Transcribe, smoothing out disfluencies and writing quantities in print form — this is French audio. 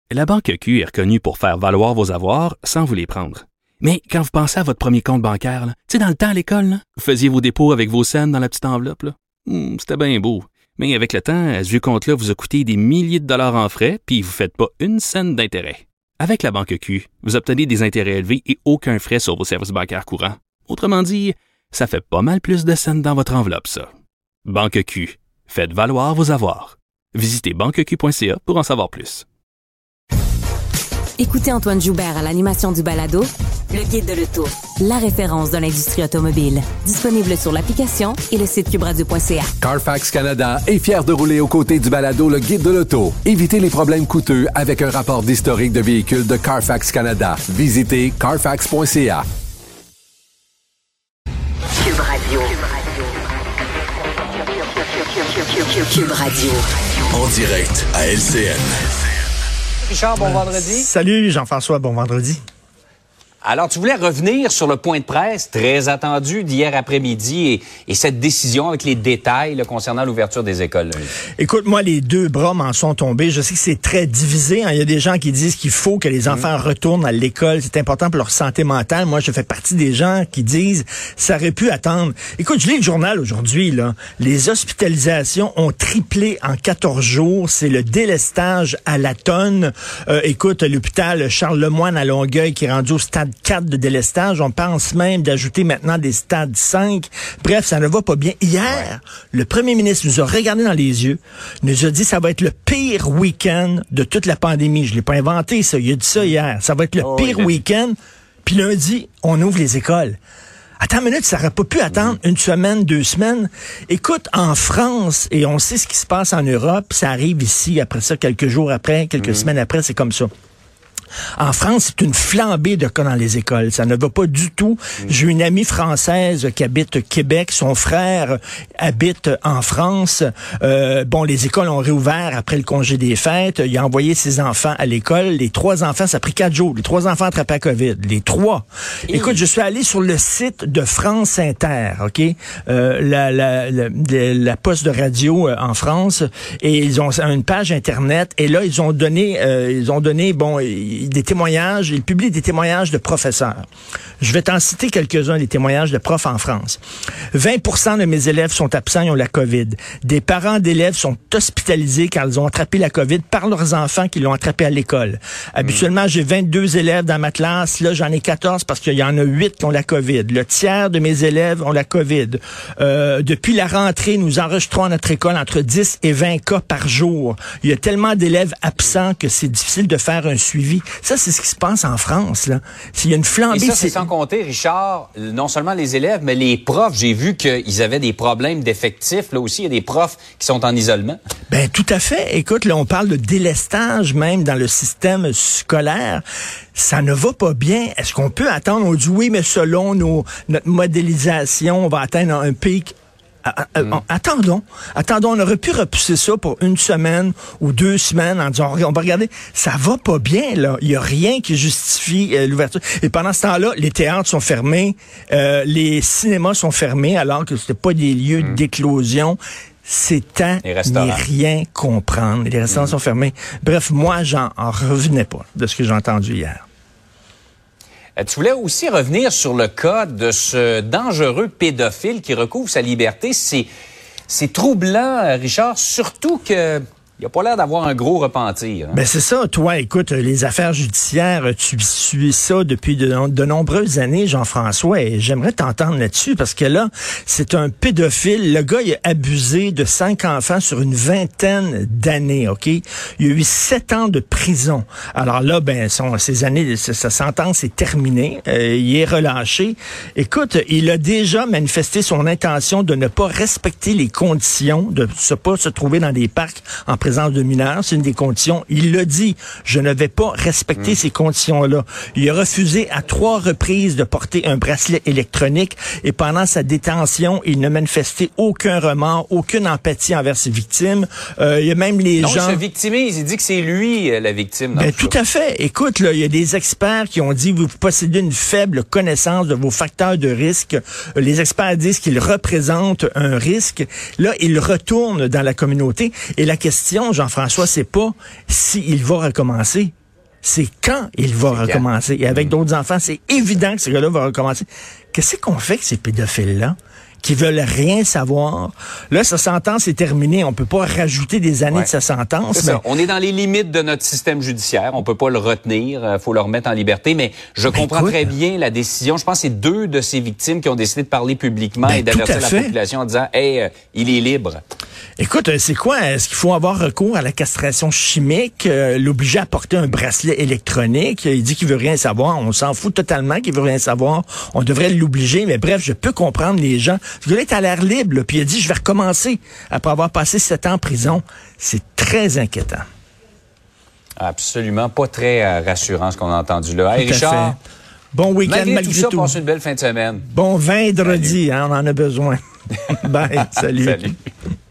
La Banque Q est reconnue pour faire valoir vos avoirs sans vous les prendre. Mais quand vous pensez à votre premier compte bancaire, tu sais, dans le temps à l'école, là, vous faisiez vos dépôts avec vos scènes dans la petite enveloppe. Là. C'était bien beau. Mais avec le temps, ce vieux compte-là vous a coûté des milliers de dollars en frais, puis vous ne faites pas une scène d'intérêt. Avec la Banque Q, vous obtenez des intérêts élevés et aucun frais sur vos services bancaires courants. Autrement dit, ça fait pas mal plus de scènes dans votre enveloppe, ça. Banque Q. Faites valoir vos avoirs. Visitez banqueq.ca pour en savoir plus. Écoutez Antoine Joubert à l'animation du balado Le Guide de l'auto, la référence de l'industrie automobile. Disponible sur l'application et le site cubradio.ca. Carfax Canada est fier de rouler aux côtés du balado Le Guide de l'auto. Évitez les problèmes coûteux avec un rapport d'historique de véhicules de Carfax Canada. Visitez carfax.ca. Cube Radio. Cube Radio. En direct à LCN. Richard, bon vendredi. Salut Jean-François, bon vendredi. Alors, tu voulais revenir sur le point de presse très attendu d'hier après-midi et cette décision avec les détails là, concernant l'ouverture des écoles. Là. Écoute, moi, les deux bras m'en sont tombés. Je sais que c'est très divisé. Hein. Il y a des gens qui disent qu'il faut que les enfants retournent à l'école. C'est important pour leur santé mentale. Moi, je fais partie des gens qui disent ça aurait pu attendre. Écoute, je lis le journal aujourd'hui. Là. Les hospitalisations ont triplé en 14 jours. C'est le délestage à la tonne. Écoute, l'hôpital Charles-Lemoyne à Longueuil qui est rendu au stade 4 de délestage. On pense même d'ajouter maintenant des stades 5. Bref, ça ne va pas bien. Hier, le premier ministre nous a regardé dans les yeux, nous a dit que ça va être le pire week-end de toute la pandémie. Je l'ai pas inventé, ça. Il a dit ça hier. Ça va être le pire week-end. Puis lundi, on ouvre les écoles. Attends une minute, ça aurait pas pu attendre une semaine, 2 semaines. Écoute, en France, et on sait ce qui se passe en Europe, ça arrive ici, après ça, quelques jours après, quelques semaines après, c'est comme ça. En France, c'est une flambée de cas dans les écoles. Ça ne va pas du tout. J'ai une amie française qui habite Québec. Son frère habite en France. Les écoles ont réouvert après le congé des fêtes. Il a envoyé ses enfants à l'école. Les 3 enfants, ça a pris 4 jours. Les 3 enfants attrapés à COVID. Les 3. Écoute, je suis allé sur le site de France Inter, OK? La poste de radio en France. Et ils ont une page Internet. Et là, ils ont donné des témoignages, il publie des témoignages de professeurs. Je vais t'en citer quelques-uns des témoignages de profs en France. 20% de mes élèves sont absents, ils ont la COVID. Des parents d'élèves sont hospitalisés car ils ont attrapé la COVID par leurs enfants qui l'ont attrapé à l'école. Habituellement, j'ai 22 élèves dans ma classe. Là, j'en ai 14 parce qu'il y en a 8 qui ont la COVID. Le tiers de mes élèves ont la COVID. Depuis la rentrée, nous enregistrons à notre école entre 10 et 20 cas par jour. Il y a tellement d'élèves absents que c'est difficile de faire un suivi. Ça, c'est ce qui se passe en France, là. S'il y a une flambée... Et ça, c'est sans compter, Richard, non seulement les élèves, mais les profs. J'ai vu qu'ils avaient des problèmes d'effectifs. Là aussi, il y a des profs qui sont en isolement. Ben, tout à fait. Écoute, là, on parle de délestage même dans le système scolaire. Ça ne va pas bien. Est-ce qu'on peut attendre? On dit oui, mais selon notre modélisation, on va atteindre un pic. Attendons, on aurait pu repousser ça pour 1 semaine ou 2 semaines en disant, on va regarder, ça va pas bien, là. Il y a rien qui justifie l'ouverture. Et pendant ce temps-là, les théâtres sont fermés, les cinémas sont fermés, alors que c'était pas des lieux d'éclosion. C'est à n'y rien comprendre. Les restaurants sont fermés. Bref, moi, j'en revenais pas de ce que j'ai entendu hier. Tu voulais aussi revenir sur le cas de ce dangereux pédophile qui recouvre sa liberté. C'est troublant, Richard, surtout que... Il n'a pas l'air d'avoir un gros repentir. Hein? Ben c'est ça, toi, écoute, les affaires judiciaires, tu suis ça depuis de nombreuses années, Jean-François, et j'aimerais t'entendre là-dessus, parce que là, c'est un pédophile. Le gars, il a abusé de 5 enfants sur une vingtaine d'années, OK? Il y a eu 7 ans de prison. Alors là, ben, sa sentence est terminée. Il est relâché. Écoute, il a déjà manifesté son intention de ne pas respecter les conditions, de pas se trouver dans des parcs en présence de mineurs, c'est une des conditions. Il l'a dit, je ne vais pas respecter ces conditions-là. Il a refusé à 3 reprises de porter un bracelet électronique et pendant sa détention, il n'a manifesté aucun remords, aucune empathie envers ses victimes. Il y a même les gens... Non, il se victimise, il dit que c'est lui la victime. Ben, tout à fait. Écoute, là, il y a des experts qui ont dit, vous possédez une faible connaissance de vos facteurs de risque. Les experts disent qu'ils représentent un risque. Là, il retourne dans la communauté et la question question, Jean-François, c'est pas s'il va recommencer. C'est quand il va recommencer. Et avec d'autres enfants, c'est évident que ce gars-là va recommencer. Qu'est-ce qu'on fait avec ces pédophiles-là qui veulent rien savoir? Là, sa sentence est terminée. On peut pas rajouter des années de sa sentence. Mais... On est dans les limites de notre système judiciaire. On peut pas le retenir. Faut le remettre en liberté. Mais je comprends très bien la décision. Je pense que c'est 2 de ces victimes qui ont décidé de parler publiquement et d'avertir la population en disant « Hey, il est libre ». Écoute, c'est quoi? Est-ce qu'il faut avoir recours à la castration chimique, l'obliger à porter un bracelet électronique? Il dit qu'il veut rien savoir. On s'en fout totalement qu'il veut rien savoir. On devrait l'obliger. Mais bref, je peux comprendre les gens. Ce gars-là est à l'air libre, là, puis il a dit, je vais recommencer après avoir passé 7 ans en prison. C'est très inquiétant. Absolument. Pas très rassurant ce qu'on a entendu là. Hey, Richard, bon week-end malgré tout ça, passe une belle fin de semaine. Bon vendredi, hein, on en a besoin. Bye, salut. Salut.